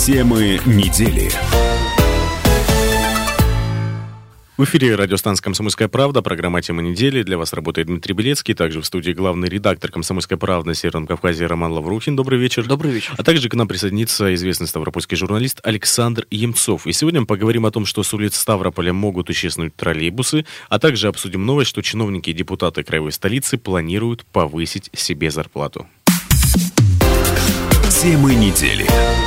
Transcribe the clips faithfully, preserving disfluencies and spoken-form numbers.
Темы недели. В эфире радиостанция «Комсомольская правда», программа «Тема недели». Для вас работает Дмитрий Белецкий, также в студии главный редактор «Комсомольской правды» на Северном Кавказе Роман Лаврухин. Добрый вечер. Добрый вечер. А также к нам присоединится известный ставропольский журналист Александр Емцов. И сегодня мы поговорим о том, что с улиц Ставрополя могут исчезнуть троллейбусы, а также обсудим новость, что чиновники и депутаты краевой столицы планируют повысить себе зарплату. Темы недели.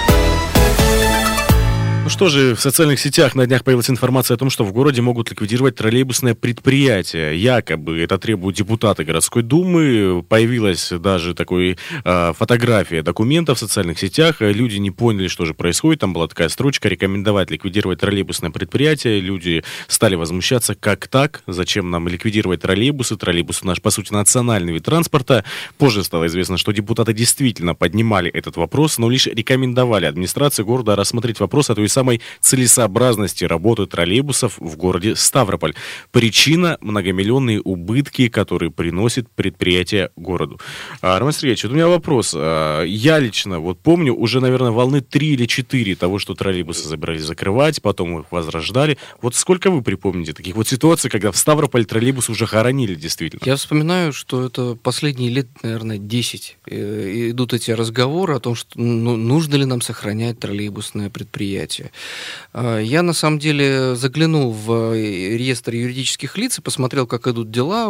Ну что же, в социальных сетях на днях появилась информация о том, что в городе могут ликвидировать троллейбусное предприятие. Якобы это требуют депутаты городской думы. Появилась даже такая э, фотография документа в социальных сетях. Люди не поняли, что же происходит. Там была такая строчка: рекомендовать ликвидировать троллейбусное предприятие. Люди стали возмущаться: как так? Зачем нам ликвидировать троллейбусы? Троллейбусы наш, по сути, национальный вид транспорта. Позже стало известно, что депутаты действительно поднимали этот вопрос, но лишь рекомендовали администрации города рассмотреть вопрос о той самой самоцелесообразности работы троллейбусов в городе Ставрополь. Причина – многомиллионные убытки, которые приносит предприятие городу. А, Роман Сергеевич, вот у меня вопрос. А, я лично вот помню уже, наверное, волны три или четыре того, что троллейбусы забирались закрывать, потом их возрождали. Вот сколько вы припомните таких вот ситуаций, когда в Ставрополь троллейбусы уже хоронили действительно? Я вспоминаю, что это последние лет, наверное, десять э, идут эти разговоры о том, что ну, нужно ли нам сохранять троллейбусное предприятие. Я, на самом деле, заглянул в реестр юридических лиц и посмотрел, как идут дела.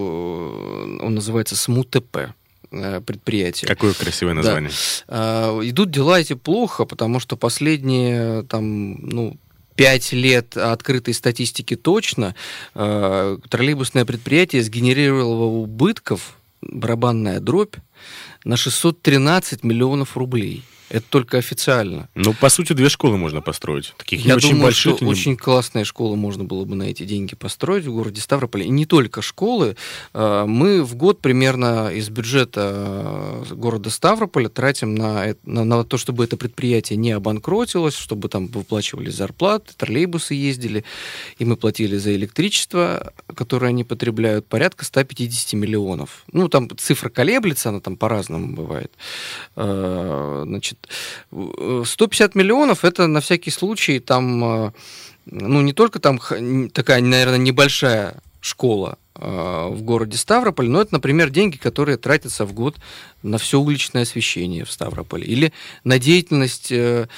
У, он называется СМУ-ТП. Предприятие. Какое красивое название. Да. Идут дела эти плохо, потому что последние там, ну, пять лет открытой статистики точно троллейбусное предприятие сгенерировало убытков, барабанная дробь, на шестьсот тринадцать миллионов рублей. Это только официально. Ну, по сути, две школы можно построить. Таких Я не очень думаю, больших. что не... очень классные школы можно было бы на эти деньги построить в городе Ставрополе. И не только школы. Мы в год примерно из бюджета города Ставрополя тратим на, на, на то, чтобы это предприятие не обанкротилось, чтобы там выплачивались зарплаты, троллейбусы ездили, и мы платили за электричество, которое они потребляют, порядка сто пятьдесят миллионов. Ну, там цифра колеблется, она там по-разному бывает. Значит, сто пятьдесят миллионов — это на всякий случай там, ну, не только там такая, наверное, небольшая школа в городе Ставрополь, но это, например, деньги, которые тратятся в год на все уличное освещение в Ставрополе или на деятельность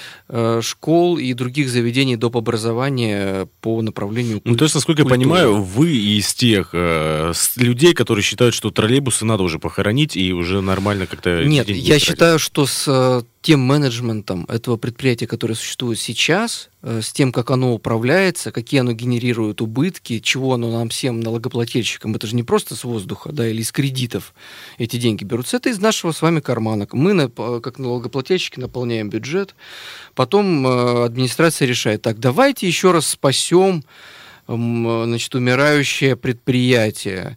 школ и других заведений доп. Образования по направлению культуры. Ну, то есть, насколько я понимаю, вы из тех э, людей, которые считают, что троллейбусы надо уже похоронить и уже нормально как-то... Нет, я тратить. считаю, что с тем менеджментом этого предприятия, которое существует сейчас, с тем, как оно управляется, какие оно генерирует убытки, чего оно нам всем, налогоплательщикам, это же не просто с воздуха, да, или из кредитов эти деньги берутся, это из нашего с вами кармана. Мы, как налогоплательщики, наполняем бюджет, потом администрация решает: так, давайте еще раз спасем, значит, умирающее предприятие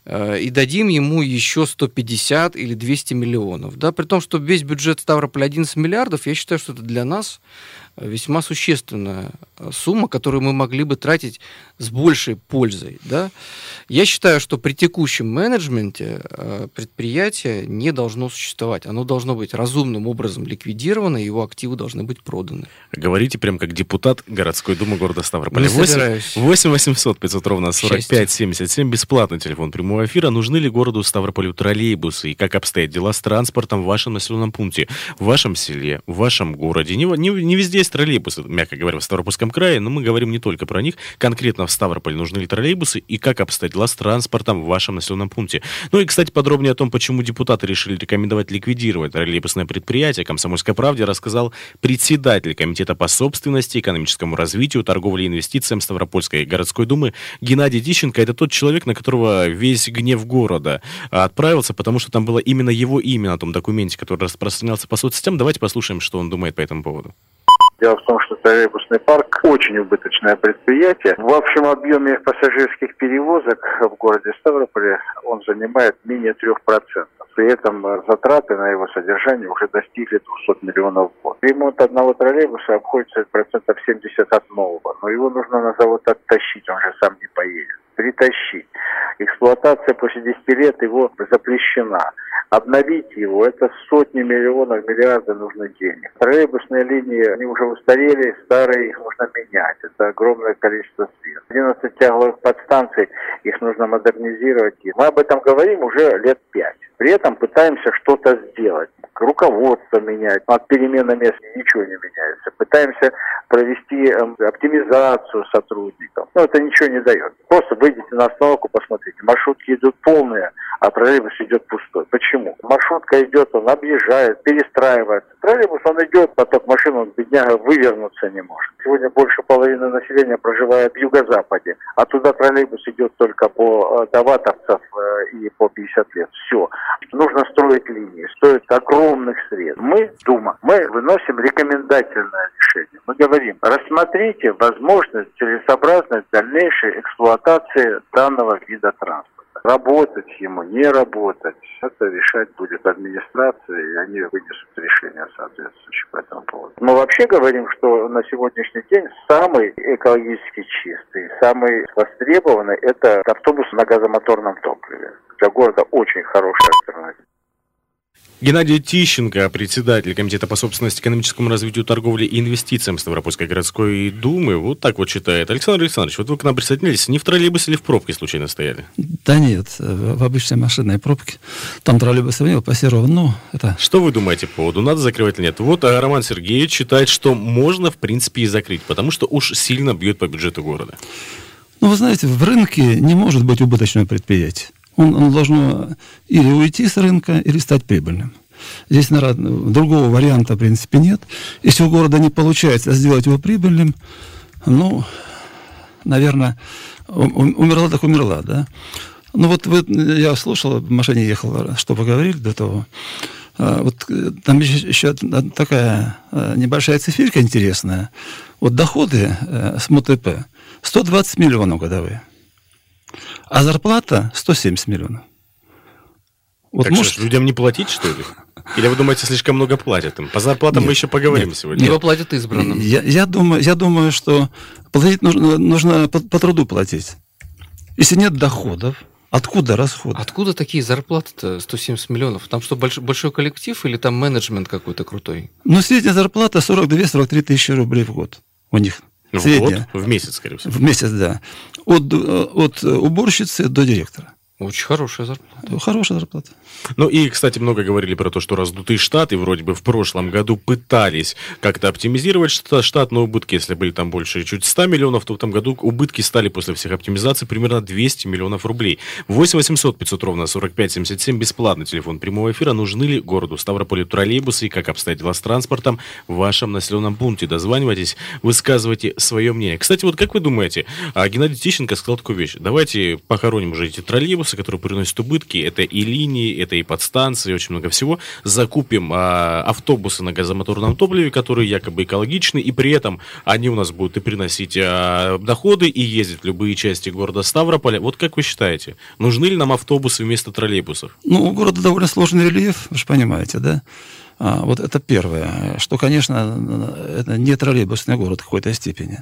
и дадим ему еще сто пятьдесят или двести миллионов. Да? При том, что весь бюджет Ставрополя одиннадцать миллиардов, я считаю, что это для нас весьма существенная сумма, которую мы могли бы тратить с большей пользой. Да? Я считаю, что при текущем менеджменте предприятие не должно существовать. Оно должно быть разумным образом ликвидировано, и его активы должны быть проданы. Говорите прям как депутат городской думы города Ставрополя. Не собираюсь. восемь восемьсот пятьсот ровно сорок пять семьдесят семь, бесплатный телефон прямого эфира. Нужны ли городу Ставрополю троллейбусы? И как обстоят дела с транспортом в вашем населенном пункте, в вашем селе, в вашем городе? Не, не, не везде есть троллейбусы, мягко говоря, в Ставропольском крае, но мы говорим не только про них. Конкретно в Ставрополе нужны ли троллейбусы и как обстоят дела с транспортом в вашем населенном пункте? Ну и, кстати, подробнее о том, почему депутаты решили рекомендовать ликвидировать троллейбусное предприятие, «Комсомольской правде» рассказал председатель Комитета по собственности, экономическому развитию, торговле и инвестициям Ставропольской городской думы Геннадий Тищенко. Это тот человек, на которого весь гнев города отправился, потому что там было именно его имя на том документе, который распространялся по соцсетям. Давайте послушаем, что он думает по этому поводу. Дело в том, что троллейбусный парк очень убыточное предприятие. В общем объеме пассажирских перевозок в городе Ставрополе он занимает менее трех процентов. При этом затраты на его содержание уже достигли двухсот миллионов в год. Ремонт одного троллейбуса обходится процентов семьдесят от нового, но его нужно на завод оттащить, он же сам не поедет. Притащить. Эксплуатация после десяти лет его запрещена. Обновить его, это сотни миллионов, миллиарды нужно денег. Троллейбусные линии, они уже устарели, старые, их нужно менять. Это огромное количество средств. одиннадцать тягловых подстанций, их нужно модернизировать. Мы об этом говорим уже лет пять. При этом пытаемся что-то сделать. Руководство менять. От перемены мест ничего не меняется. Пытаемся провести э, оптимизацию сотрудников. Но это ничего не дает. Просто выйдите на остановку, посмотрите. Маршрутки идут полные, а троллейбус идет пустой. Почему? Маршрутка идет, он объезжает, перестраивается. Троллейбус, он идет, поток машин, он, бедняга, вывернуться не может. Сегодня больше половины населения проживает в юго-западе, а туда троллейбус идет только по э, Доватовцев э, и по пятьдесят лет. Все. Нужно строить линии. Стоит огромных средств. Мы, Дума, мы выносим рекомендательное решение. Мы говорим, рассмотрите возможность, целесообразность дальнейшей эксплуатации данного вида транспорта. Работать ему, не работать, это решать будет администрация, и они вынесут решение соответствующее по этому поводу. Мы вообще говорим, что на сегодняшний день самый экологически чистый, самый востребованный – это автобус на газомоторном топливе. Для города очень хорошая альтернатива. Геннадий Тищенко, председатель Комитета по собственности, экономическому развитию, торговле и инвестициям Ставропольской городской думы, вот так вот считает. Александр Александрович, вот вы к нам присоединились, не в троллейбусе или в пробке случайно стояли? Да нет, в обычной машинной пробке. Там троллейбус не пассирован, ну, это... Что вы думаете по поводу, надо закрывать или нет? Вот а Роман Сергеевич считает, что можно, в принципе, и закрыть, потому что уж сильно бьет по бюджету города. Ну, вы знаете, в рынке не может быть убыточного предприятия. Он, он должен или уйти с рынка, или стать прибыльным. Здесь, наверное, другого варианта, в принципе, нет. Если у города не получается сделать его прибыльным, ну, наверное, умерла так умерла, да. Ну, вот вы, я слушал, в машине ехал, что поговорили до того. Вот там еще, еще такая небольшая циферка интересная. Вот доходы с МУТП сто двадцать миллионов годовые. А зарплата сто семьдесят миллионов. Вот так может... что, людям не платить, что ли? Или вы думаете, слишком много платят им? По зарплатам нет, мы еще поговорим нет, сегодня. Его платят избранным. Я, я, думаю, я думаю, что платить нужно, нужно по, по труду платить. Если нет доходов, откуда расходы? Откуда такие зарплаты-то сто семьдесят миллионов? Там что, большой, большой коллектив или там менеджмент какой-то крутой? Ну, средняя зарплата сорок две - сорок три тысячи рублей в год у них. Ну, в год? В месяц, скорее всего. В месяц, да. От, от уборщицы до директора. Очень хорошая зарплата. Хорошая зарплата. Ну и, кстати, много говорили про то, что раздутые штаты вроде бы в прошлом году пытались как-то оптимизировать штат, но убытки, если были там больше чуть ста миллионов, то в этом году убытки стали после всех оптимизаций примерно двести миллионов рублей. восемь восемьсот пятьсот ровно сорок пять семьдесят семь, бесплатный телефон прямого эфира. Нужны ли городу Ставрополю троллейбусы и как обстоят дела с транспортом в вашем населенном пункте? Дозванивайтесь, высказывайте свое мнение. Кстати, вот как вы думаете, Геннадий Тищенко сказал такую вещь. Давайте похороним уже эти троллейбусы, которые приносят убытки. Это и линии, это и подстанции, очень много всего. Закупим а, автобусы на газомоторном топливе, которые якобы экологичны, и при этом они у нас будут и приносить а, доходы, и ездить в любые части города Ставрополя. Вот как вы считаете, нужны ли нам автобусы вместо троллейбусов? Ну, у города довольно сложный рельеф, вы же понимаете, да? А, вот это первое, что, конечно, это не троллейбусный город в какой-то степени.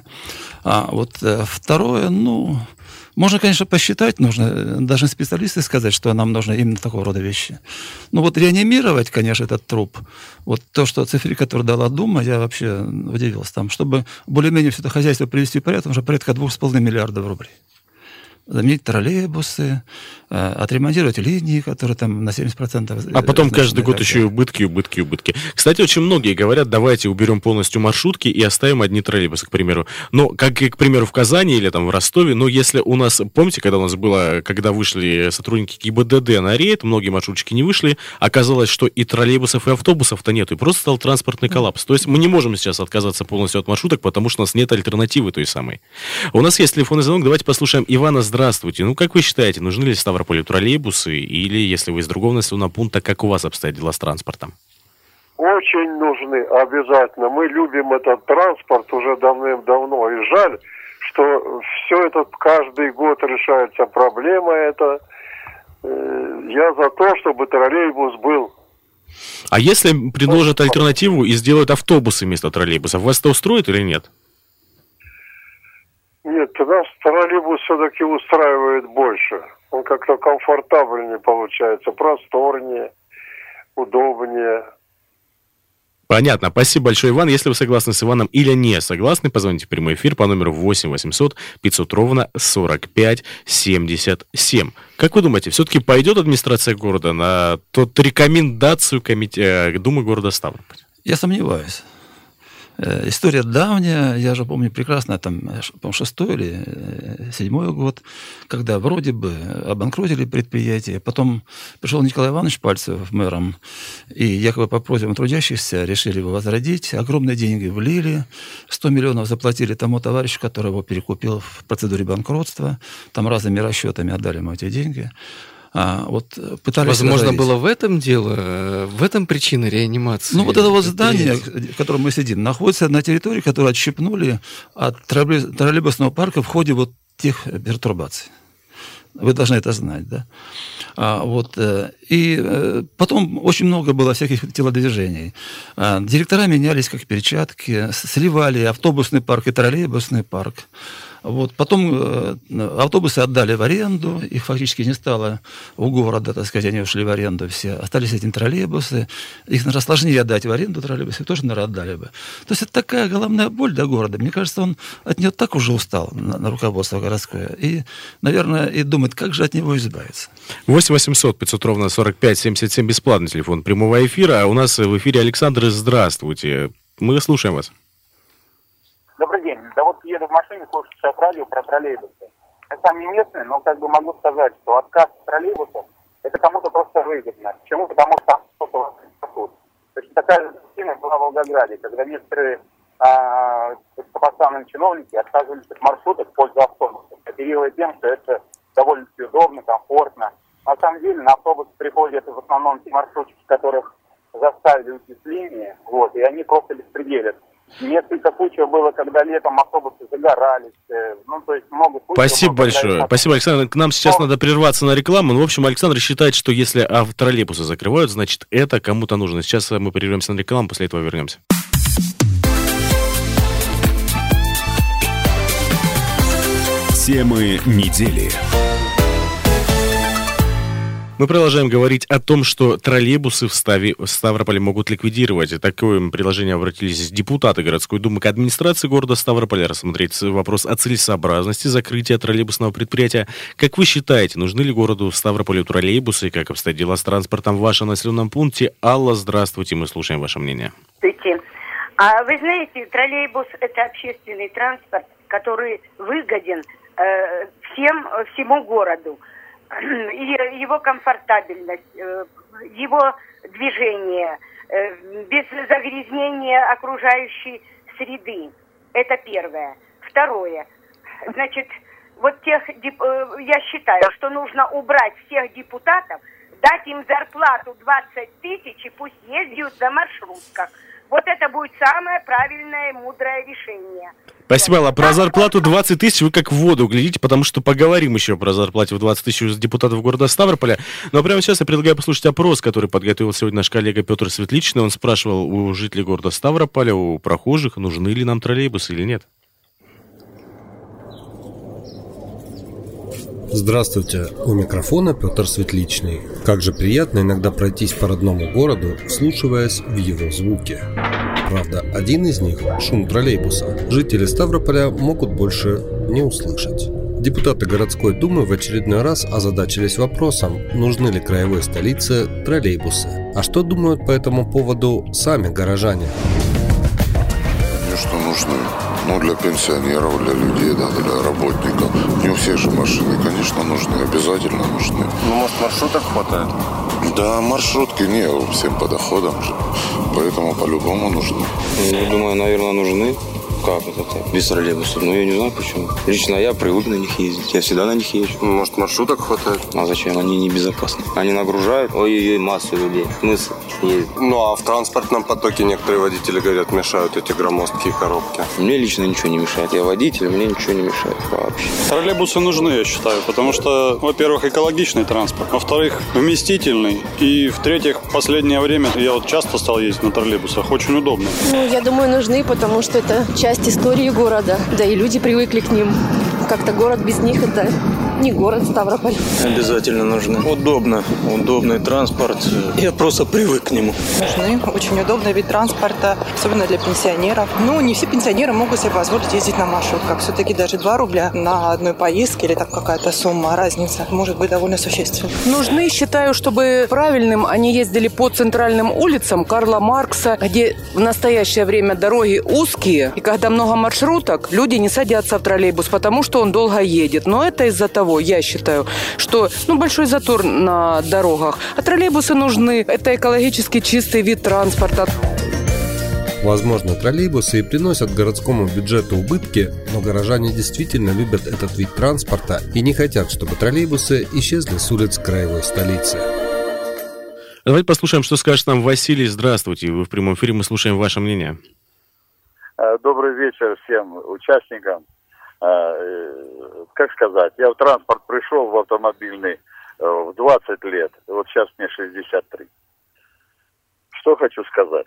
А вот второе, ну... Можно, конечно, посчитать, нужно, даже специалисты сказать, что нам нужно именно такого рода вещи. Ну вот реанимировать, конечно, этот труп, вот то, что цифры, которые дала Дума, я вообще удивился там, чтобы более-менее все это хозяйство привести в порядок, уже порядка двух с половиной миллиардов рублей. Заменить троллейбусы, отремонтировать линии, которые там на семьдесят процентов... А потом каждый год еще и убытки, убытки, убытки. Кстати, очень многие говорят, давайте уберем полностью маршрутки и оставим одни троллейбусы, к примеру. Но, как и, к примеру, в Казани или там в Ростове, но если у нас, помните, когда у нас было, когда вышли сотрудники ГИБДД на рейд, многие маршрутчики не вышли, оказалось, что и троллейбусов, и автобусов-то нет, и просто стал транспортный коллапс. То есть мы не можем сейчас отказаться полностью от маршруток, потому что у нас нет альтернативы той самой. У нас есть телефонный звонок, давайте послушаем Ивана. Здравствуйте. Ну, как вы считаете, нужны ли Ставрополю троллейбусы, или, если вы из другого населенного пункта, как у вас обстоят дела с транспортом? Очень нужны, обязательно. Мы любим этот транспорт уже давным-давно. И жаль, что все это каждый год решается проблема эта. Я за то, чтобы троллейбус был. А если предложат альтернативу и сделают автобусы вместо троллейбусов, вас это устроит или нет? Нет, нас троллейбус все-таки устраивает больше. Он как-то комфортабельнее получается, просторнее. удобнее. Понятно. Спасибо большое, Иван. Если вы согласны с Иваном или не согласны, позвоните в прямой эфир по номеру восемь восемьсот пятьсот ровно сорок пять семьдесят семь. Как вы думаете, все-таки пойдет администрация города на тот рекомендацию комите... Думы города Ставрополь? Я сомневаюсь. История давняя, я же помню прекрасно, там, по-моему, шестой или седьмой год, когда вроде бы обанкротили предприятие, потом пришел Николай Иванович Пальцев мэром, и якобы по просьбам трудящихся решили его возродить, огромные деньги влили, сто миллионов заплатили тому товарищу, который его перекупил в процедуре банкротства, там разными расчетами отдали ему эти деньги. А, вот пытались Возможно, разорить. было в этом дело, в этом причина реанимации. Ну, вот это вот здание, в котором мы сидим, находится на территории, которую отщипнули от троллейбусного парка в ходе вот тех пертурбаций. Вы должны это знать, да? А, вот, и потом очень много было всяких телодвижений. А, директора менялись как перчатки, сливали автобусный парк и троллейбусный парк. Вот. Потом э, автобусы отдали в аренду, их фактически не стало у города, так сказать, они ушли в аренду все. Остались эти троллейбусы, их, наверное, сложнее отдать в аренду троллейбусы, их тоже, наверное, отдали бы. То есть это такая головная боль для города. Мне кажется, он от нее так уже устал, на, на руководство городское, и, наверное, и думает, как же от него избавиться. восемь восемьсот пятьсот ровно сорок пять семьдесят семь, бесплатный телефон прямого эфира. А у нас в эфире Александр, здравствуйте. Мы слушаем вас. Добрый день. Да вот еду в машине, слушаю сейчас радио про троллейбусы. Я сам не местный, но как бы могу сказать, что отказ от троллейбусов это кому-то просто выгодно. Почему? Потому что там что-то растут. Точно такая же причина была в Волгограде, когда некоторые а, высокопоставленные чиновники отказывались от маршрутов в пользу автобусов, оперируя тем, что это довольно-таки удобно, комфортно. На самом деле на автобус приходят в основном те маршрутчики, которых заставили уйти с линии, вот, и они просто беспределят. Несколько случаев было, когда летом автобусы загорались. Ну, то есть много случаев. Спасибо было, большое. Когда... Спасибо, Александр. К нам сейчас но... надо прерваться на рекламу. Ну, в общем, Александр считает, что если троллейбусы закрывают, значит, это кому-то нужно. Сейчас мы прервемся на рекламу, после этого вернемся. Темы недели. Мы продолжаем говорить о том, что троллейбусы в, Ставе, в Ставрополе могут ликвидировать. Такое предложение обратились депутаты городской думы к администрации города Ставрополя рассмотреть вопрос о целесообразности закрытия троллейбусного предприятия. Как вы считаете, нужны ли городу Ставрополю троллейбусы и как обстоят дела с транспортом в вашем населенном пункте? Алла, здравствуйте, мы слушаем ваше мнение. Здравствуйте. А вы знаете, троллейбус – это общественный транспорт, который выгоден э, всем, всему городу. Его комфортабельность, его движение, без загрязнения окружающей среды. Это первое. Второе. Значит, вот тех, я считаю, что нужно убрать всех депутатов, дать им зарплату двадцать тысяч и пусть ездят на маршрутках. Вот это будет самое правильное и мудрое решение. Спасибо, Алла. Про зарплату двадцать тысяч вы как в воду глядите, потому что поговорим еще про зарплату в двадцать тысяч депутатов города Ставрополя. Но прямо сейчас я предлагаю послушать опрос, который подготовил сегодня наш коллега Петр Светличный. Он спрашивал у жителей города Ставрополя, у прохожих, нужны ли нам троллейбусы или нет. Здравствуйте, у микрофона Петр Светличный. Как же приятно иногда пройтись по родному городу, вслушиваясь в его звуки. Правда, один из них – шум троллейбуса. Жители Ставрополя могут больше не услышать. Депутаты городской думы в очередной раз озадачились вопросом, нужны ли краевой столице троллейбусы. А что думают по этому поводу сами горожане? Конечно, нужны. Ну, для пенсионеров, для людей, да, для работников. Не у всех же машины, конечно, нужны, обязательно нужны. Ну, может, маршруток хватает? Да, маршрутки не всем по доходам же, поэтому по-любому нужны. Я думаю, наверное, нужны. Как это так? Без троллейбусов? Ну, я не знаю почему. Лично я привык на них ездить. Я всегда на них езжу. Может, маршруток хватает? А зачем? Они небезопасны. Они нагружают. Ой-ой-ой, массу людей. Смысл ездить? Ну, а в транспортном потоке некоторые водители говорят, мешают эти громоздкие коробки. Мне лично ничего не мешает. Я водитель, мне ничего не мешает вообще. Троллейбусы нужны, я считаю, потому что, во-первых, экологичный транспорт, во-вторых, вместительный, и, в-третьих, в последнее время я вот часто стал ездить на троллейбусах, очень удобно. Ну, я думаю, нужны, потому что это часть истории города, да и люди привыкли к ним. Как-то город без них это не город Ставрополь. Обязательно нужны. Удобно. Удобный транспорт. Я просто привык к нему. Нужны. Очень удобный вид транспорта, особенно для пенсионеров. Ну, не все пенсионеры могут себе позволить ездить на маршрутках. Все-таки даже два рубля на одной поездке или там какая-то сумма, разница может быть довольно существенной. Нужны, считаю, чтобы правильным они ездили по центральным улицам Карла Маркса, где в настоящее время дороги узкие, и когда много маршруток, люди не садятся в троллейбус, потому что он долго едет. Но это из-за того, я считаю, что ну, большой затор на дорогах. А троллейбусы нужны. Это экологически чистый вид транспорта. Возможно, троллейбусы и приносят городскому бюджету убытки, но горожане действительно любят этот вид транспорта и не хотят, чтобы троллейбусы исчезли с улиц краевой столицы. Давайте послушаем, что скажет нам Василий. Здравствуйте, вы в прямом эфире, мы слушаем ваше мнение. Добрый вечер всем участникам. Как сказать, я в транспорт пришел, в автомобильный, в двадцать лет, вот сейчас мне шестьдесят три. Что хочу сказать?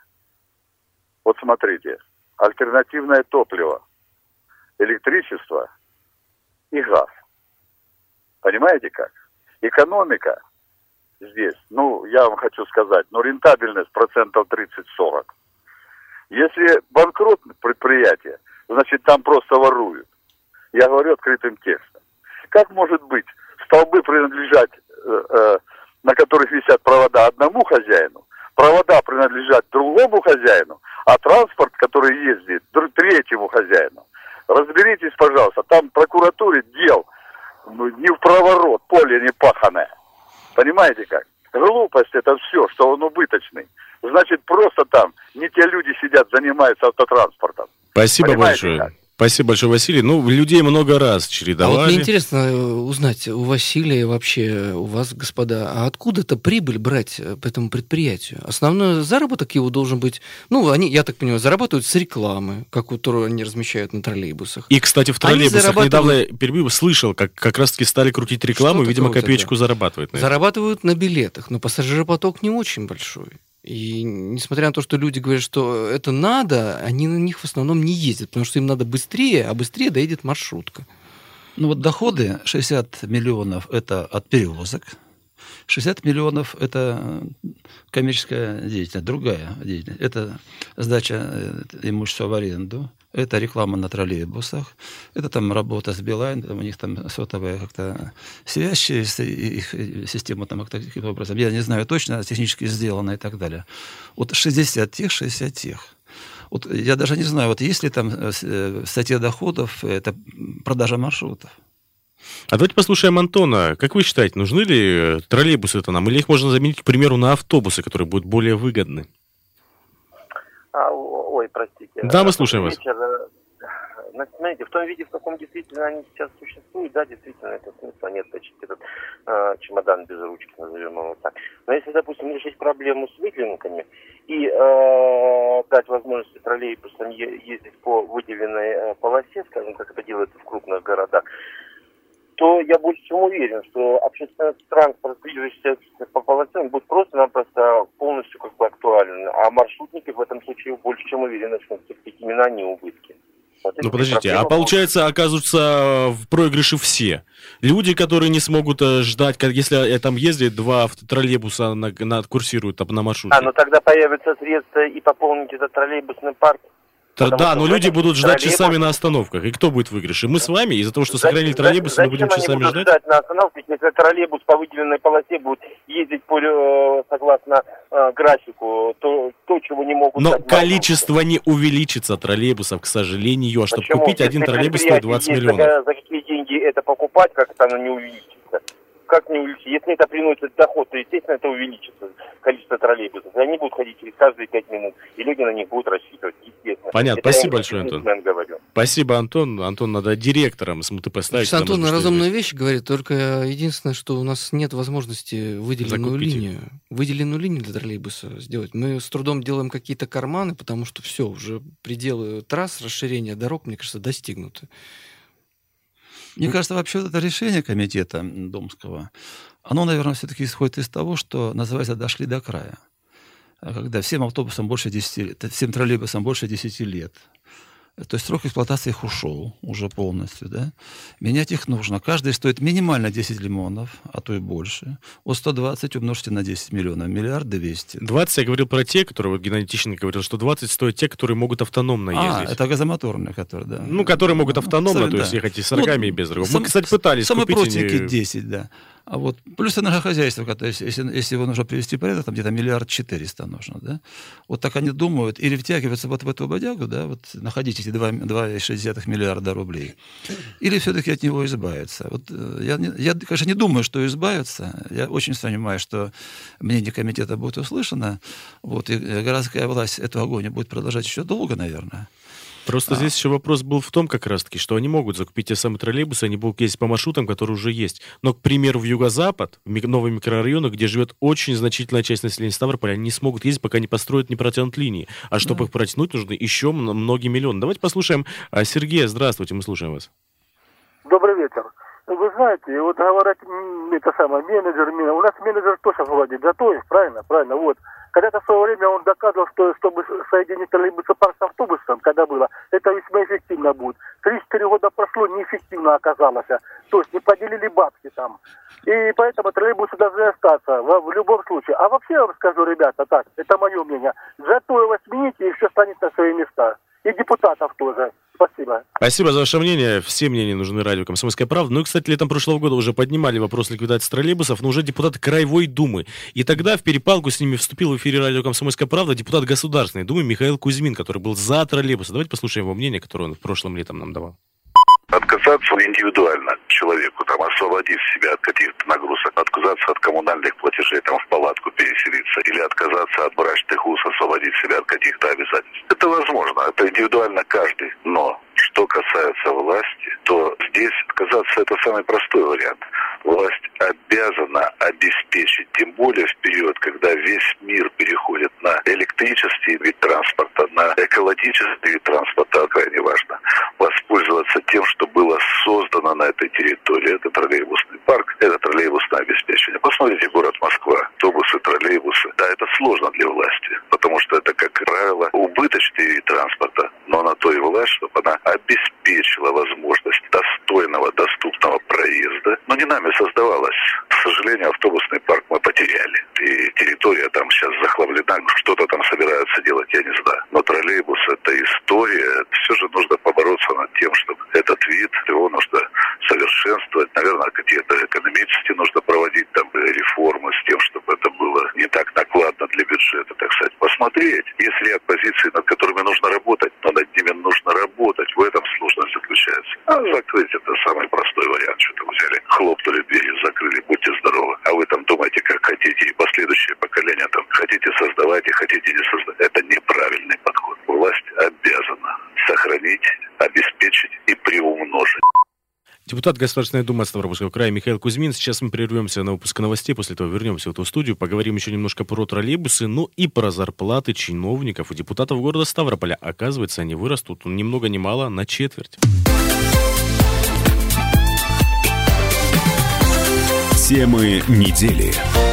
Вот смотрите, альтернативное топливо, электричество и газ. Понимаете как? Экономика здесь, ну, я вам хочу сказать, ну, рентабельность процентов тридцать-сорок. Если банкрот предприятия, значит, там просто воруют. Я говорю открытым текстом. Как может быть столбы принадлежать, э, э, на которых висят провода, одному хозяину, провода принадлежат другому хозяину, а транспорт, который ездит, третьему хозяину? Разберитесь, пожалуйста, там в прокуратуре дел не в проворот, поле не паханое. Понимаете как? Глупость это все, что он убыточный. Значит, просто там не те люди сидят, занимаются автотранспортом. Спасибо Понимаете большое. как? Спасибо большое, Василий. Ну, людей много раз чередовали. А вот мне интересно узнать у Василия вообще, у вас, господа, а откуда-то прибыль брать по этому предприятию? Основной заработок его должен быть, ну, они, я так понимаю, зарабатывают с рекламы, которую они размещают на троллейбусах. И, кстати, в троллейбусах зарабатывают... недавно перебил, слышал, как как раз-таки стали крутить рекламу, Что видимо, такое копеечку это? зарабатывают. На Зарабатывают на билетах, но пассажиропоток не очень большой. И несмотря на то, что люди говорят, что это надо, они на них в основном не ездят, потому что им надо быстрее, а быстрее доедет маршрутка. Ну вот доходы шестьдесят миллионов – это от перевозок, шестьдесят миллионов – это коммерческая деятельность, другая деятельность. Это сдача имущества в аренду, это реклама на троллейбусах, это там работа с Билайн, у них там сотовая как-то связь через их систему там каким-то образом. Я не знаю точно, технически сделано и так далее. Вот шестьдесят тех, шестьдесят тех. Вот я даже не знаю, вот есть ли там в статье доходов это продажа маршрутов. А давайте послушаем Антона. Как вы считаете, нужны ли троллейбусы это нам? Или их можно заменить, к примеру, на автобусы, которые будут более выгодны? А, ой, простите. Да, мы слушаем вас. Вечер, знаете, в том виде, в каком действительно они сейчас существуют, да, действительно, это смысла нет точить этот э, чемодан без ручки, назовем его так. Но если, допустим, решить проблему с выдвинутыми и э, дать возможность троллейбусам ездить по выделенной э, полосе, скажем, как это делается в крупных городах, то я больше чем уверен, что общественный транспорт, движущийся по полосе, будет просто-напросто полностью как бы актуален. А маршрутники в этом случае больше чем уверены, что все-таки именно они убытки. Вот ну подождите, а получается, оказываются в проигрыше все. Люди, которые не смогут ждать, как, если там ездят два троллейбуса, на, на, курсируют там, на маршруте. А, ну тогда появятся средства и пополнить этот троллейбусный парк. Потому да, но люди будут ждать троллейбус... часами на остановках. И кто будет в выигрыше? Мы с вами, из-за того, что сохранили троллейбусы, мы будем часами будут ждать? ждать на остановке, если троллейбус по выделенной полосе будет ездить по, согласно э, графику, то, то, чего не могут... Но количество не увеличится троллейбусов, к сожалению. А чтобы купить один троллейбус стоит двадцать миллионов. За, за какие деньги это покупать, как это оно не увеличится? Как не увеличится? Если это приносит доход, то, естественно, это увеличится количество троллейбусов. И они будут ходить через каждые пять минут, и люди на них будут рассчитывать, естественно. Понятно. Это спасибо большое, Антон. Говорю. Спасибо, Антон. Антон, надо директором с МТП ставить. Сейчас Антон разумные вещи говорит, только единственное, что у нас нет возможности выделенную Закупить. линию, выделенную линию для троллейбуса сделать. Мы с трудом делаем какие-то карманы, потому что все, уже пределы трасс, расширения дорог, мне кажется, достигнуты. Мне кажется, вообще это решение комитета Домского, оно, наверное, все-таки исходит из того, что, называется, дошли до края. Когда всем автобусам больше десяти лет, всем троллейбусам больше десяти лет, То есть срок эксплуатации их ушел уже полностью, да. Менять их нужно. Каждый стоит минимально десять лимонов, а то и больше. Вот сто двадцать умножьте на десять миллионов, миллиард двести. двадцать я говорил про те, которые, вот Геннадий Тищенко говорил, что двадцать стоят те, которые могут автономно ездить. А, это газомоторные, которые, да. Ну, которые могут автономно, Сами, то да. есть ехать и с рогами, ну, и без рогов. Сам, Мы, кстати, пытались самые купить... простенькие они... десять, да. А вот плюс энергохозяйство, которое, если, если его нужно привести в порядок, там где-то миллиард четыреста нужно, да. Вот так они думают, или втягиваются вот в эту бодягу, да, вот находить эти два целых шесть десятых миллиарда рублей, или все-таки от него избавиться. Вот я, я, конечно, не думаю, что избавиться. Я очень понимаю, что мнение комитета будет услышано, вот, и городская власть эту агонию будет продолжать еще долго, наверное. Просто а. здесь еще вопрос был в том, как раз-таки, что они могут закупить те самые троллейбусы, они будут ездить по маршрутам, которые уже есть. Но, к примеру, в юго-запад, в новые микрорайоны, где живет очень значительная часть населения Ставрополя, они не смогут ездить, пока не построят, не протянут линии. А чтобы да. их протянуть, нужно еще многие миллионы. Давайте послушаем Сергея. Здравствуйте, мы слушаем вас. Добрый вечер. Вы знаете, вот говорят, это самое, менеджер, у нас менеджер тоже вроде Затоев, правильно, правильно, вот. Когда-то в свое время он доказывал, что чтобы соединить троллейбусный парк с автобусом, когда было, это весьма эффективно будет. Три-четыре года прошло, неэффективно оказалось. То есть не поделили бабки там. И поэтому троллейбусы должны остаться в, в любом случае. А вообще я расскажу, ребята, так, это мое мнение. Затоева смените, и все станет на свои места. И депутатов тоже. Спасибо. Спасибо за ваше мнение. Все мнения нужны радио «Комсомольская правда». Ну и, кстати, летом прошлого года уже поднимали вопрос ликвидации троллейбусов, но уже депутаты Краевой Думы. И тогда в перепалку с ними вступил в эфире радио «Комсомольская правда» депутат Государственной Думы Михаил Кузьмин, который был за троллейбусы. Давайте послушаем его мнение, которое он прошлым летом нам давал. Отказаться индивидуально человеку, там, освободив себя от каких-то нагрузок, отказаться от коммунальных платежей, там, в палатку переселиться, или отказаться от брачных уз, освободить себя от каких-то обязательств. Это возможно, это индивидуально каждый. Но что касается власти, то здесь отказаться — это самый простой вариант. Власть обязана обеспечить, тем более в период, когда весь мир переходит на электрический вид транспорта, на экологический вид транспорта, крайне важно, воспользоваться тем, что было создано на этой территории. Это троллейбусный парк, это троллейбусное обеспечение. Посмотрите город Москва, автобусы, троллейбусы. Да, это сложно для власти, потому что это, как правило, убыточный вид транспорта, но на то и власть, чтобы она обеспечила возможность достойного, доступного проезда. Но не нами создавалось. К сожалению, автобусный парк мы потеряли. И территория там сейчас захламлена, что-то там собираются делать, я не знаю. Но троллейбус — это история. Все же нужно побороться над тем, чтобы этот вид, его нужно совершенствовать. Наверное, какие-то экономические нужно проводить там реформы с тем, чтобы это было не так накладно для бюджета, так сказать. Посмотреть, есть ряд позиций, над которыми нужно работать, но над ними нужно работать. В этом сложность заключается. А закрыть — это самый простой вариант. Что-то взяли, хлопнули дверью, закрыли, будьте здоровы. А вы там думаете, как хотите, и последующее поколение там хотите создавать и хотите не создавать. Это неправильный подход. Власть обязана сохранить, обеспечить и приумножить. Депутат Государственной Думы от Ставропольского края Михаил Кузьмин. Сейчас мы прервемся на выпуск новостей, после этого вернемся в эту студию, поговорим еще немножко про троллейбусы, ну и про зарплаты чиновников и депутатов города Ставрополя. Оказывается, они вырастут ни много ни мало на четверть. Темы недели.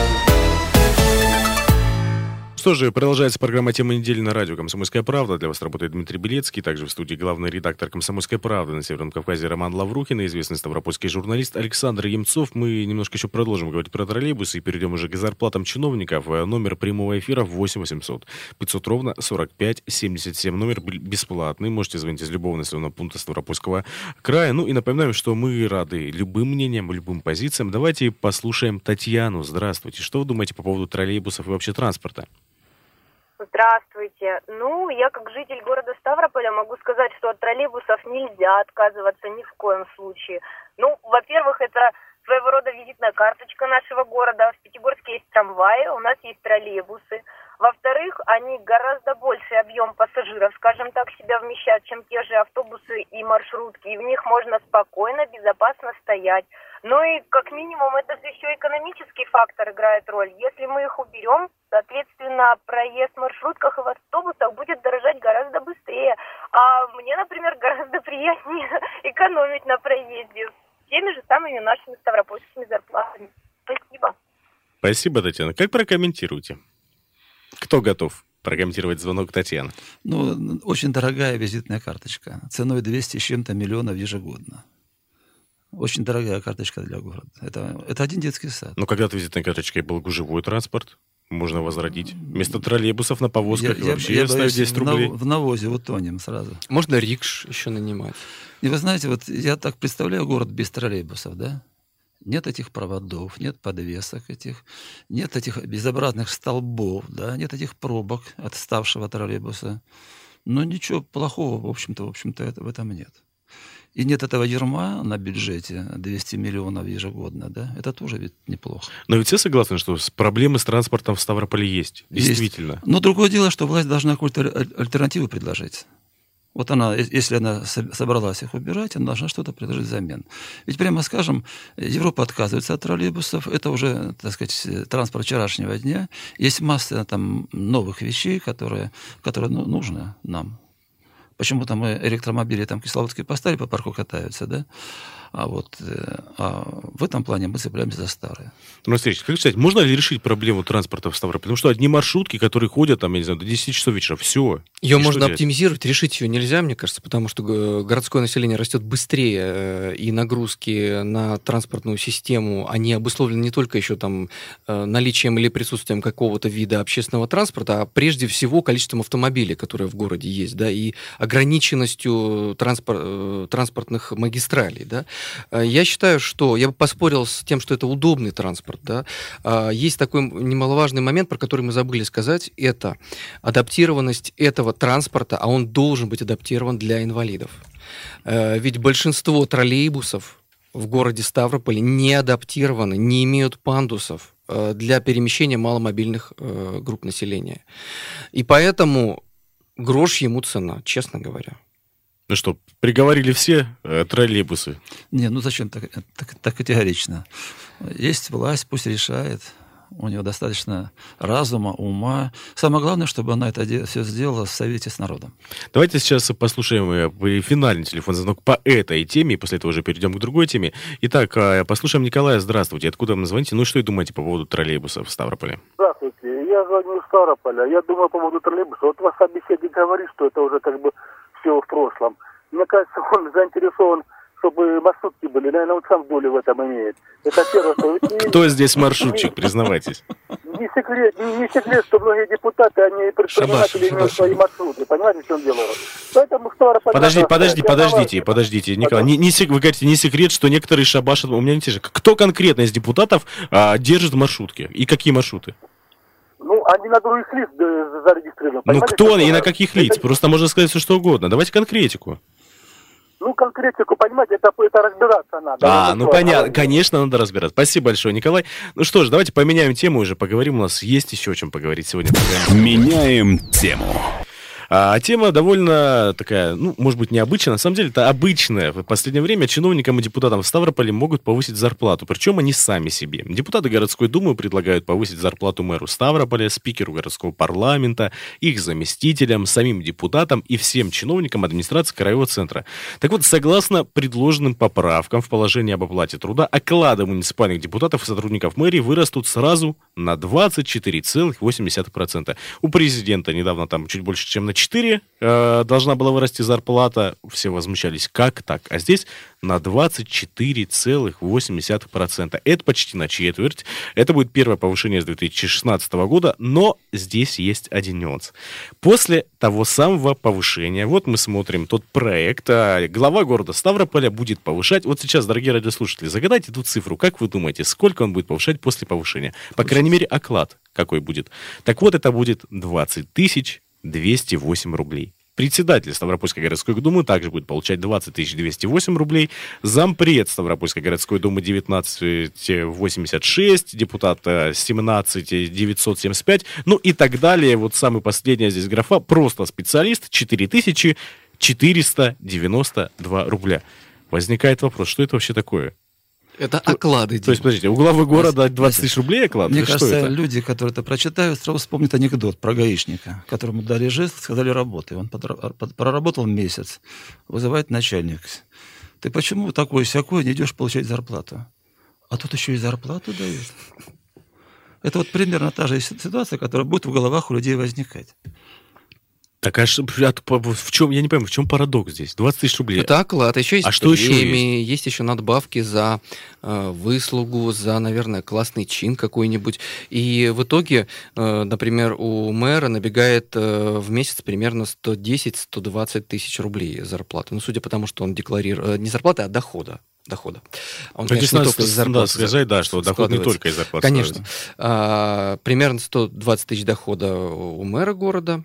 Что же, продолжается программа «Тема недели» на радио «Комсомольская правда». Для вас работает Дмитрий Белецкий. Также в студии главный редактор «Комсомольской правды» на Северном Кавказе Роман Лаврухин и известный ставропольский журналист Александр Емцов. Мы немножко еще продолжим говорить про троллейбусы и перейдем уже к зарплатам чиновников. Номер прямого эфира восемь восемьсот пятьсот ровно сорок пять семьдесят семь. Номер бесплатный. Можете звонить из любого населенного пункта Ставропольского края. Ну и напоминаем, что мы рады любым мнениям, любым позициям. Давайте послушаем Татьяну. Здравствуйте. Что вы думаете по поводу троллейбусов и вообще транспорта? Здравствуйте. Ну, я как житель города Ставрополя могу сказать, что от троллейбусов нельзя отказываться ни в коем случае. Ну, во-первых, это своего рода визитная карточка нашего города. В Пятигорске есть трамваи, у нас есть троллейбусы. Во-вторых, они гораздо больший объем пассажиров, скажем так, себя вмещают, чем те же автобусы и маршрутки. И в них можно спокойно, безопасно стоять. Ну и как минимум это же еще экономический фактор играет роль. Если мы их уберем, соответственно, проезд в маршрутках и в автобусах будет дорожать гораздо быстрее. А мне, например, гораздо приятнее экономить на проезде теми же самыми нашими ставропольскими зарплатами. Спасибо. Спасибо, Татьяна. Как прокомментируете? Кто готов? прокомментировать звонок Татьяны. Ну, очень дорогая визитная карточка, ценой двести с чем-то миллионов ежегодно. Очень дорогая карточка для города. Это, это один детский сад. Но когда-то визитной карточкой был гужевой транспорт, можно возродить. Вместо троллейбусов на повозках я, вообще я, я ставлю десять рублей. В навозе утонем сразу. Можно рикш еще нанимать. И вы знаете, вот я так представляю город без троллейбусов, да? Нет этих проводов, нет подвесок этих, нет этих безобразных столбов, да, нет этих пробок от ставшего троллейбуса. Но ничего плохого, в общем-то, в общем-то, это, в этом нет. И нет этого ерма на бюджете двести миллионов ежегодно, да? Это тоже ведь неплохо. Но ведь все согласны, что проблемы с транспортом в Ставрополе есть. Действительно. Есть. Но другое дело, что власть должна какую-то альтернативу предложить. Вот она, если она собралась их убирать, она должна что-то предложить взамен. Ведь, прямо скажем, Европа отказывается от троллейбусов. Это уже, так сказать, транспорт вчерашнего дня. Есть масса там новых вещей, которые, которые ну, нужны нам. Почему-то мы электромобили там кисловодские поставили, по парку катаются, да? А вот а в этом плане мы цепляемся за старые. Ну, смотрите, как сказать, можно ли решить проблему транспорта в Ставрополе? Потому что одни маршрутки, которые ходят, там, я не знаю, до десяти часов вечера, все. Ее можно оптимизировать, решить ее нельзя, мне кажется, потому что городское население растет быстрее, и нагрузки на транспортную систему, они обусловлены не только еще там наличием или присутствием какого-то вида общественного транспорта, а прежде всего количеством автомобилей, которые в городе есть, да, и ограниченностью транспорт, транспортных магистралей, да. Я считаю, что я бы поспорил с тем, что это удобный транспорт. Да? Есть такой немаловажный момент, про который мы забыли сказать, это адаптированность этого транспорта, а он должен быть адаптирован для инвалидов. Ведь большинство троллейбусов в городе Ставрополе не адаптированы, не имеют пандусов для перемещения маломобильных групп населения. И поэтому грош ему цена, честно говоря. Ну что, приговорили все э, троллейбусы? Не, ну зачем так, так, так категорично? Есть власть, пусть решает. У нее достаточно разума, ума. Самое главное, чтобы она это все сделала в совете с народом. Давайте сейчас послушаем финальный телефонный звонок по этой теме, и после этого уже перейдем к другой теме. Итак, послушаем Николая. Здравствуйте. Откуда вы звоните? Ну и что вы думаете по поводу троллейбусов в Ставрополе? Здравствуйте. Я звоню из Ставрополя. Я думаю по поводу троллейбуса. Вот ваш собеседник говорит, что это уже как бы все в прошлом. Мне кажется, он заинтересован, чтобы маршрутки были. Наверное, он сам долю в этом имеет. Это первое, что... Кто здесь маршрутчик, признавайтесь? Не секрет, не секрет, что многие депутаты, они предприниматели имеют свои маршруты. Понимаете, в чем дело? Поэтому Ставрополь... Подожди, подожди, подождите, подождите, Николай. Не, не, вы говорите, не секрет, что некоторые шабашат... У меня не те же. Кто конкретно из депутатов а, держит маршрутки? И какие маршруты? Ну, они на других лиц зарегистрированы. Ну, кто и на каких лиц? Это... Просто можно сказать все, что угодно. Давайте конкретику. Ну, конкретику, понимаете, это, это разбираться надо. А, ну, понятно, конечно, надо разбираться. Спасибо большое, Николай. Ну что ж, давайте поменяем тему уже, поговорим. У нас есть еще о чем поговорить сегодня. Меняем тему. А тема довольно такая, ну, может быть, необычная. На самом деле, это обычная. В последнее время чиновникам и депутатам в Ставрополе могут повысить зарплату. Причем они сами себе. Депутаты городской думы предлагают повысить зарплату мэру Ставрополя, спикеру городского парламента, их заместителям, самим депутатам и всем чиновникам администрации краевого центра. Так вот, согласно предложенным поправкам в положении об оплате труда, оклады муниципальных депутатов и сотрудников мэрии вырастут сразу на двадцать четыре целых восемь десятых процента. У президента недавно там чуть больше, чем на четыре э, должна была вырасти зарплата. Все возмущались, как так? А здесь на двадцать четыре целых восемь десятых процента. Это почти на четверть. Это будет первое повышение с две тысячи шестнадцатого года, но здесь есть один нюанс. После того самого повышения, вот мы смотрим тот проект, а глава города Ставрополя будет повышать. Вот сейчас, дорогие радиослушатели, загадайте эту цифру. Как вы думаете, сколько он будет повышать после повышения? По крайней мере, оклад какой будет. Так вот, это будет двадцать тысяч двести восемь рублей. Председатель Ставропольской городской думы также будет получать двадцать тысяч двести восемь рублей. Зампред Ставропольской городской думы девятнадцать восемьдесят шесть, депутат семнадцать девятьсот семьдесят пять, ну и так далее. Вот самый последний здесь графа, просто специалист, четыре тысячи четыреста девяносто два рубля. Возникает вопрос, что это вообще такое? Это оклады. То есть, подождите, у главы города двадцать тысяч рублей оклад? Мне Или кажется, что это? люди, которые это прочитают, сразу вспомнят анекдот про гаишника, которому дали жест, сказали работай. Он проработал месяц, вызывает начальник. Ты почему такой-сякой не идешь получать зарплату? А тут еще и зарплату дают. Это вот примерно та же ситуация, которая будет в головах у людей возникать. Так а ш- в чем, я не понимаю, в чем парадокс здесь? двадцать тысяч рублей. Это оклад, еще есть а что еще премии, есть? есть еще надбавки за э, выслугу, за, наверное, классный чин какой-нибудь. И в итоге, э, например, у мэра набегает э, в месяц примерно сто десять - сто двадцать тысяч рублей зарплаты. Ну, судя по тому, что он декларирует... Не зарплаты, а дохода. дохода. Он, так конечно, не надо, только из зарплаты. Да, сказать, да, что доход не только из зарплаты. Конечно. А, примерно сто двадцать тысяч дохода у мэра города.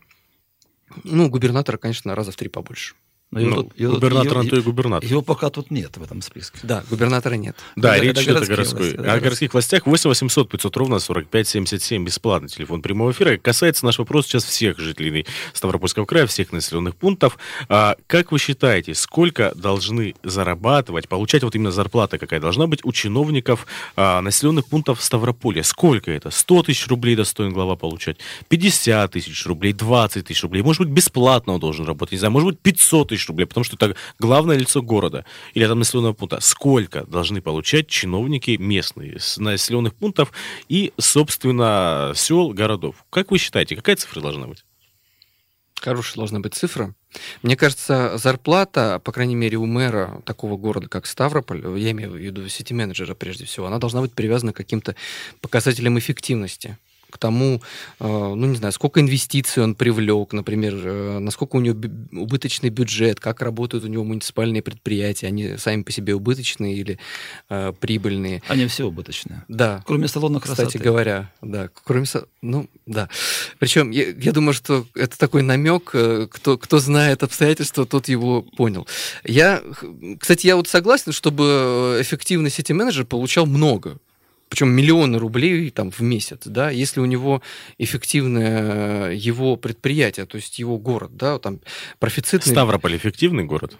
Ну, губернатора, конечно, раза в три побольше. Но его, ну, тут, его, губернатор, его, а то и губернатор. Его пока тут нет в этом списке. Да, губернатора нет. Да, это, речь это идет о городские городской. власти, О городских властях. восемь восемьсот пятьсот ровно сорок пять семьдесят семь. Бесплатный телефон прямого эфира. Касается наш вопрос сейчас всех жителей Ставропольского края, всех населенных пунктов. А, как вы считаете, сколько должны зарабатывать, получать вот именно зарплата какая должна быть у чиновников а, населенных пунктов Ставрополя? Сколько это? сто тысяч рублей достоин глава получать? пятьдесят тысяч рублей? двадцать тысяч рублей? Может быть, бесплатно он должен работать? Не знаю, может быть, пятьсот тысяч рублей, потому что это главное лицо города или там населенного пункта. Сколько должны получать чиновники местные с населенных пунктов и, собственно, сел, городов? Как вы считаете, какая цифра должна быть? Хорошая должна быть цифра. Мне кажется, зарплата, по крайней мере, у мэра такого города, как Ставрополь, я имею в виду сити-менеджера прежде всего, она должна быть привязана к каким-то показателям эффективности. К тому, ну, не знаю, сколько инвестиций он привлек, например, насколько у него убыточный бюджет, как работают у него муниципальные предприятия, они сами по себе убыточные или э, прибыльные. Они все убыточные. Да. Кроме салона красоты. Кстати говоря, да, кроме, ну, да. Причем, я, я думаю, что это такой намек, кто, кто знает обстоятельства, тот его понял. Я, кстати, я вот согласен, чтобы эффективный сити-менеджер получал много. Причем миллионы рублей там, в месяц, да, если у него эффективное его предприятие, то есть его город, да, там профицитный... Ставрополь эффективный город?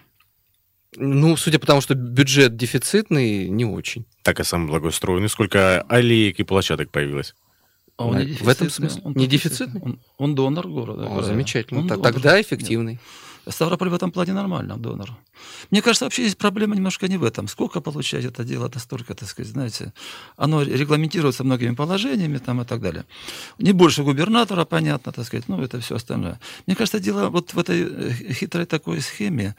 Ну, судя по тому, что бюджет дефицитный, не очень. Так, а самый благоустроенный, сколько аллеек и площадок появилось? А он в этом смысле? Он не дефицитный? Он, он донор города. О, замечательно. Он Тогда донор. эффективный. Нет. Ставрополь в этом плане нормально, донор. Мне кажется, вообще здесь проблема немножко не в этом. Сколько получать это дело, это столько, так сказать, знаете, оно регламентируется многими положениями там и так далее. Не больше губернатора, понятно, так сказать, ну, это все остальное. Мне кажется, дело вот в этой хитрой такой схеме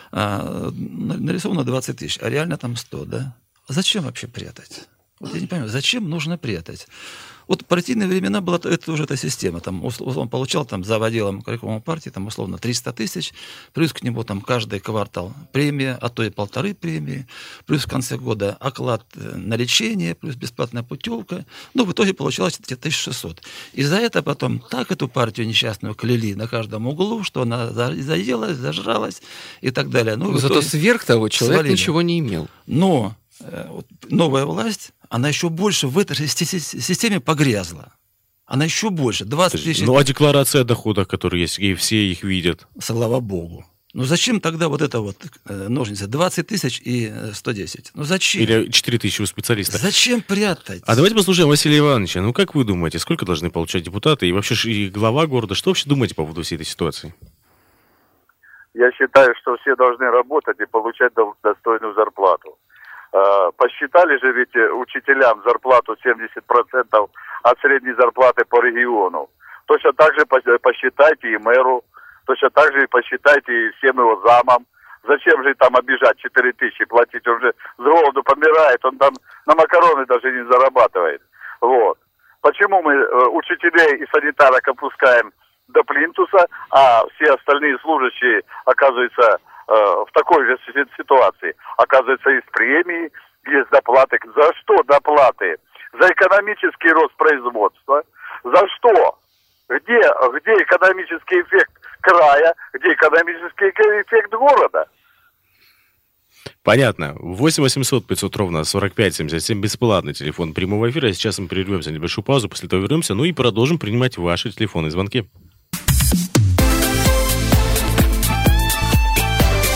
а, нарисовано двадцать тысяч, а реально там сто, да? Зачем вообще прятать? Вот я не понимаю, зачем нужно прятать? Вот в партийные времена была это уже эта система. Там, условно, получал там, за отделом горкома партии там, условно триста тысяч, плюс к нему там, каждый квартал премия, а то и полторы премии, плюс в конце года оклад на лечение, плюс бесплатная путевка. Ну, в итоге получалось где-то тысяча шестьсот. И за это потом так эту партию несчастную кляли на каждом углу, что она заелась, зажралась и так далее. Ну, зато сверх того человек свалили. Ничего не имел. Но э, новая власть, она еще больше в этой системе погрязла. Она еще больше. двадцать тысяч... Ну, а декларация о доходах, которые есть, и все их видят. Слава богу. Ну, зачем тогда вот это вот ножницы? двадцать тысяч и сто десять. Ну, зачем? Или четыре тысячи у специалиста. Зачем прятать? А давайте послушаем Василия Ивановича. Ну, как вы думаете, сколько должны получать депутаты и вообще и глава города? Что вообще думаете по поводу всей этой ситуации? Я считаю, что все должны работать и получать достойную зарплату. Посчитали же ведь учителям зарплату семьдесят процентов от средней зарплаты по региону. Точно так же посчитайте и мэру, точно так же и посчитайте и всем его замам. Зачем же там обижать четыре тысячи платить? Он же с голоду помирает, он там на макароны даже не зарабатывает. Вот. Почему мы учителей и санитарок опускаем до плинтуса, а все остальные служащие, оказывается, в такой же ситуации. Оказывается, есть премии, есть доплаты. За что доплаты? За экономический рост производства. За что? Где, где экономический эффект края, где экономический эффект города? Понятно. восемь восемьсот пятьсот ровно сорок пять семьдесят семь. Бесплатный телефон прямого эфира. Сейчас мы прервемся на небольшую паузу, после этого вернемся. Ну и продолжим принимать ваши телефонные звонки.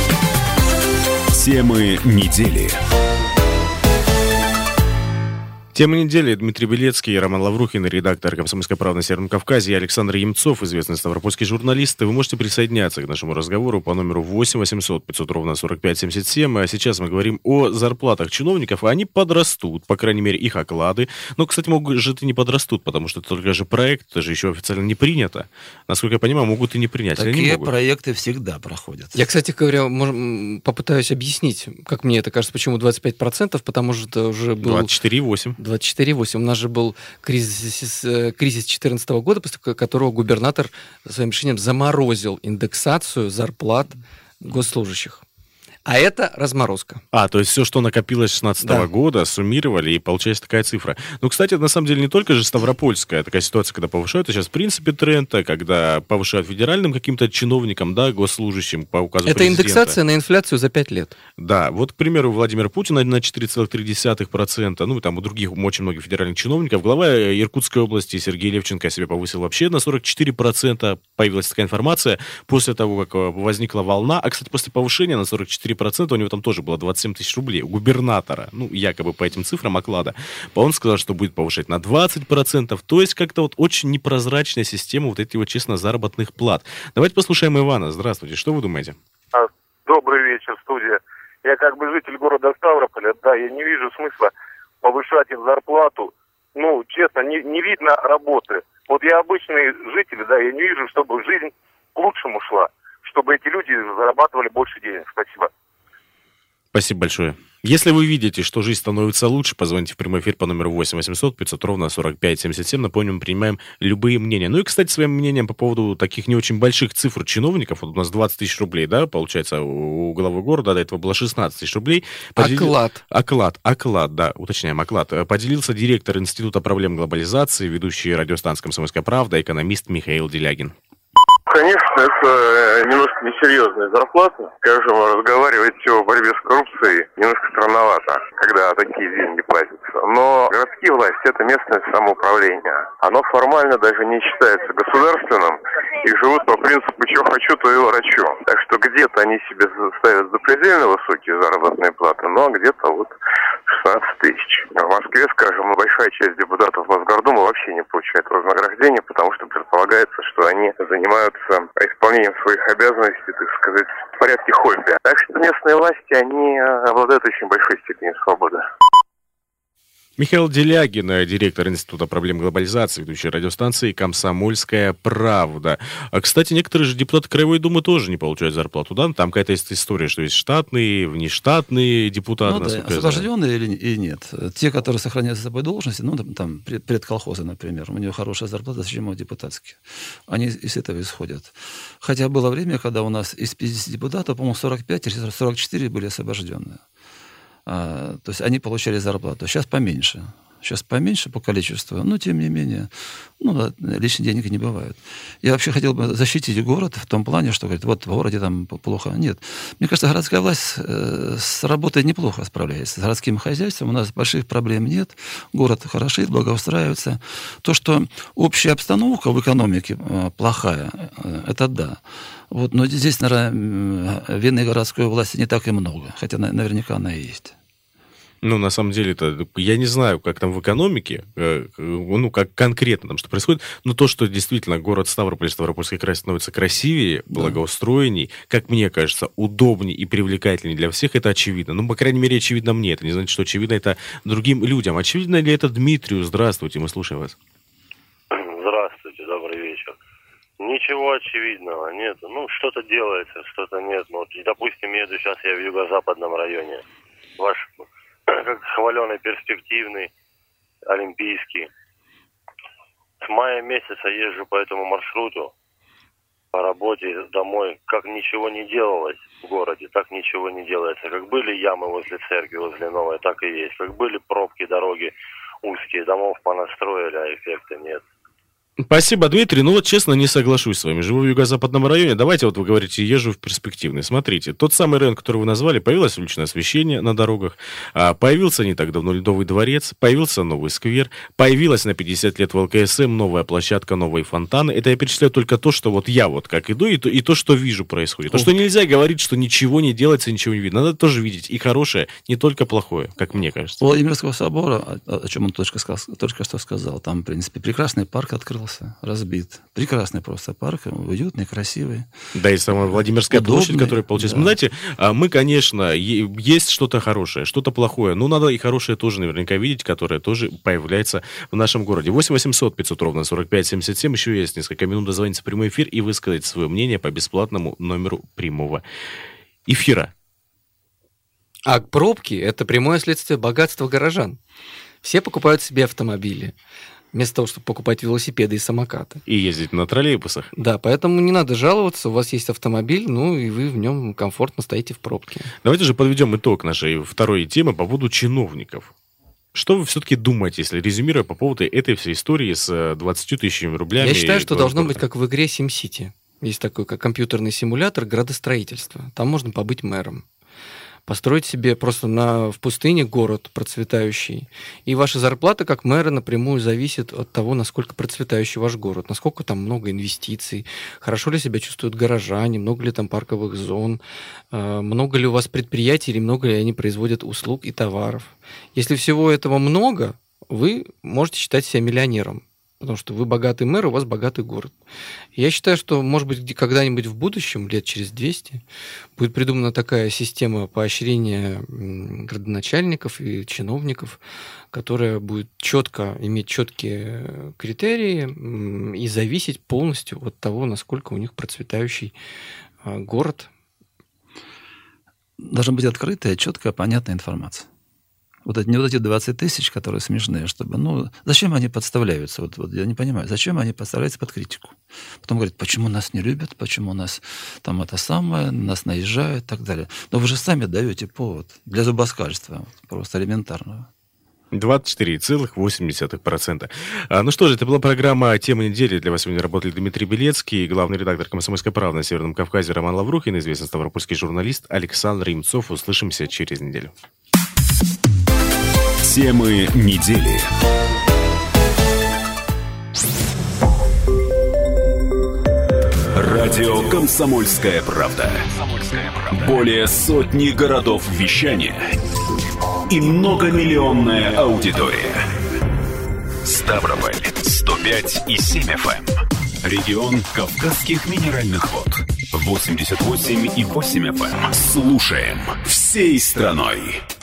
Темы недели. Тема недели. Дмитрий Белецкий, Роман Лаврухин, редактор «Комсомольской правды» на Северном Кавказе, и Александр Емцов, известный ставропольский журналист. Вы можете присоединяться к нашему разговору по номеру восемь восемьсот пятьсот ровно сорок пять семьдесят семь. А сейчас мы говорим о зарплатах чиновников. Они подрастут, по крайней мере, их оклады. Но, кстати, могут же и не подрастут, потому что это только же проект, это же еще официально не принято. Насколько я понимаю, могут и не принять. Такие проекты всегда проходят. Я, кстати говоря, мож, попытаюсь объяснить, как мне это кажется, почему двадцать пять процентов, потому что это уже был... двадцать четыре целых восемь десятых. двадцать четыре целых восемь десятых. У нас же был кризис, кризис две тысячи четырнадцатого года, после которого губернатор своим решением заморозил индексацию зарплат госслужащих. А это разморозка. А, то есть все, что накопилось с шестнадцатого Да. года, суммировали, и получается такая цифра. Ну, кстати, это на самом деле не только же ставропольская такая ситуация, когда повышают, это сейчас в принципе тренд, когда повышают федеральным каким-то чиновникам, да, госслужащим по указу Это президента. индексация на инфляцию за пять лет. Да, вот, к примеру, Владимир Путин на четыре целых три десятых процента, ну, и там у других, у очень многих федеральных чиновников. Глава Иркутской области Сергей Левченко себя повысил вообще на сорок четыре процента. Появилась такая информация после того, как возникла волна. А, кстати, после повышения на сорок четыре процента у него там тоже было двадцать семь тысяч рублей. У губернатора, ну, якобы по этим цифрам оклада. Он сказал, что будет повышать на двадцать процентов. То есть как-то вот очень непрозрачная система вот этих вот, честно, заработных плат. Давайте послушаем Ивана. Здравствуйте. Что вы думаете? Добрый вечер, студия. Я как бы житель города Ставрополя, да, я не вижу смысла повышать им зарплату. Ну, честно, не, не видно работы. Вот я обычный житель, да, я не вижу, чтобы жизнь к лучшему шла, чтобы эти люди зарабатывали больше денег. Спасибо. Спасибо большое. Если вы видите, что жизнь становится лучше, позвоните в прямой эфир по номеру восемь восемьсот пятьсот ровно сорок пять семьдесят семь. Напомним, принимаем любые мнения. Ну и, кстати, своим мнением по поводу таких не очень больших цифр чиновников. Вот у нас двадцать тысяч рублей, да, получается, у главы города, до этого было шестнадцать тысяч рублей. Поделил... Оклад. Оклад, оклад, да, уточняем, оклад. Поделился директор Института проблем глобализации, ведущий радиостанции «Комсомольская правда», экономист Михаил Делягин. Конечно, это немножко несерьезная зарплата. Скажем, разговаривать о борьбе с коррупцией немножко странновато, когда такие деньги платятся. Но городские власти – это местное самоуправление. Оно формально даже не считается государственным и живут по принципу «что хочу, то и ворочу». Так что где-то они себе ставят запредельно высокие заработные платы, но где-то вот шестнадцать тысяч. В Москве, скажем, большая часть депутатов Мосгордумы вообще не получает вознаграждение, потому что предполагается, что они занимаются исполнением своих обязанностей, так сказать, в порядке хобби. Так что местные власти, они обладают очень большой степенью свободы. Михаил Делягин, директор Института проблем глобализации, ведущий радиостанции «Комсомольская правда». А, кстати, некоторые же депутаты Краевой Думы тоже не получают зарплату, да? Там какая-то есть история, что есть штатные, внештатные депутаты. Ну, да, освобожденные или и нет. Те, которые сохраняют за собой должности, ну, там, предколхозы, например, у него хорошая зарплата, зачем его депутатские? Они из этого исходят. Хотя было время, когда у нас из пятидесяти депутатов, по-моему, сорок пять или сорок четыре были освобожденные. А, то есть они получали зарплату. Сейчас поменьше. Сейчас поменьше по количеству, но тем не менее, ну, лишних денег не бывает. Я вообще хотел бы защитить город в том плане, что говорит, вот в городе там плохо. Нет. Мне кажется, городская власть э, с работой неплохо справляется. С городским хозяйством у нас больших проблем нет. Город хорошеет, благоустраивается. То, что общая обстановка в экономике э, плохая, э, это да. Вот, но здесь, наверное, вины городской власти не так и много, хотя наверняка она и есть. Ну, на самом деле, это, я не знаю, как там в экономике, э, ну, как конкретно там что происходит, но то, что действительно город Ставрополь, Ставропольский край становится красивее, да, благоустроенней, как мне кажется, удобнее и привлекательнее для всех, это очевидно. Ну, по крайней мере, очевидно мне. Это не значит, что очевидно это другим людям. Очевидно ли это Дмитрию? Здравствуйте, мы слушаем вас. Здравствуйте, добрый вечер. Ничего очевидного нет. Ну, что-то делается, что-то нет. Ну, допустим, еду сейчас я в юго-западном районе. Ваш... как хваленый, перспективный, олимпийский. С мая месяца езжу по этому маршруту, по работе, домой. Как ничего не делалось в городе, так ничего не делается. Как были ямы возле церкви, возле новой, так и есть. Как были пробки, дороги узкие, домов понастроили, а эффекта нет. Спасибо, Дмитрий. Ну вот, честно, не соглашусь с вами. Живу в юго-западном районе. Давайте, вот вы говорите, езжу в перспективный. Смотрите, тот самый район, который вы назвали, появилось уличное освещение на дорогах, появился не так давно Ледовый дворец, появился новый сквер, появилась на пятьдесят лет в эл ка эс эм новая площадка, новые фонтаны. Это я перечисляю только то, что вот я вот как иду, и то, и то что вижу происходит. То, что нельзя говорить, что ничего не делается, ничего не видно. Надо тоже видеть и хорошее, не только плохое, как мне кажется. У Владимирского собора, о чем он только, сказал, только что сказал, там, в принципе, прекрасный парк открылся. Разбит. Прекрасный просто парк, уютный, красивый. Да, и сама Владимирская удобный, площадь, которая получилась. Да. Ну, знаете, мы, конечно, есть что-то хорошее, что-то плохое, но надо и хорошее тоже наверняка видеть, которое тоже появляется в нашем городе. восемь восемьсот пятьсот ровно сорок пять семьдесят семь. Еще есть несколько минут, дозвониться в прямой эфир и высказать свое мнение по бесплатному номеру прямого эфира. А пробки – это прямое следствие богатства горожан. Все покупают себе автомобили, вместо того, чтобы покупать велосипеды и самокаты. И ездить на троллейбусах. Да, поэтому не надо жаловаться, у вас есть автомобиль, ну и вы в нем комфортно стоите в пробке. Давайте же подведем итог нашей второй темы по поводу чиновников. Что вы все-таки думаете, если резюмируя по поводу этой всей истории с двадцатью тысячами рублями? Я считаю, что должно быть как в игре SimCity. Есть такой как компьютерный симулятор градостроительства. Там можно побыть мэром. Построить себе просто на, в пустыне город процветающий. И ваша зарплата как мэра напрямую зависит от того, насколько процветающий ваш город, насколько там много инвестиций, хорошо ли себя чувствуют горожане, много ли там парковых зон, много ли у вас предприятий или много ли они производят услуг и товаров. Если всего этого много, вы можете считать себя миллионером. Потому что вы богатый мэр, у вас богатый город. Я считаю, что, может быть, когда-нибудь в будущем, лет через двести, будет придумана такая система поощрения градоначальников и чиновников, которая будет четко иметь четкие критерии и зависеть полностью от того, насколько у них процветающий город. Должна быть открытая, четкая, понятная информация. Вот эти, не вот эти двадцать тысяч, которые смешные, чтобы... Ну, зачем они подставляются? Вот, вот я не понимаю, зачем они подставляются под критику? Потом говорят, почему нас не любят, почему нас там это самое, нас наезжают и так далее. Но вы же сами даете повод для зубоскальства, просто элементарного. двадцать четыре целых восемь десятых процента. Ну что же, это была программа «Тема недели». Для вас сегодня работали Дмитрий Белецкий, главный редактор «Комсомольской правды» на Северном Кавказе Роман Лаврухин, известный ставропольский журналист Александр Ремцов. Услышимся через неделю. Темы недели. Радио «Комсомольская правда». Более сотни городов вещания и многомиллионная аудитория. Ставрополь сто пять и семь эф эм. Регион Кавказских минеральных вод восемьдесят восемь и восемь эф эм. Слушаем всей страной.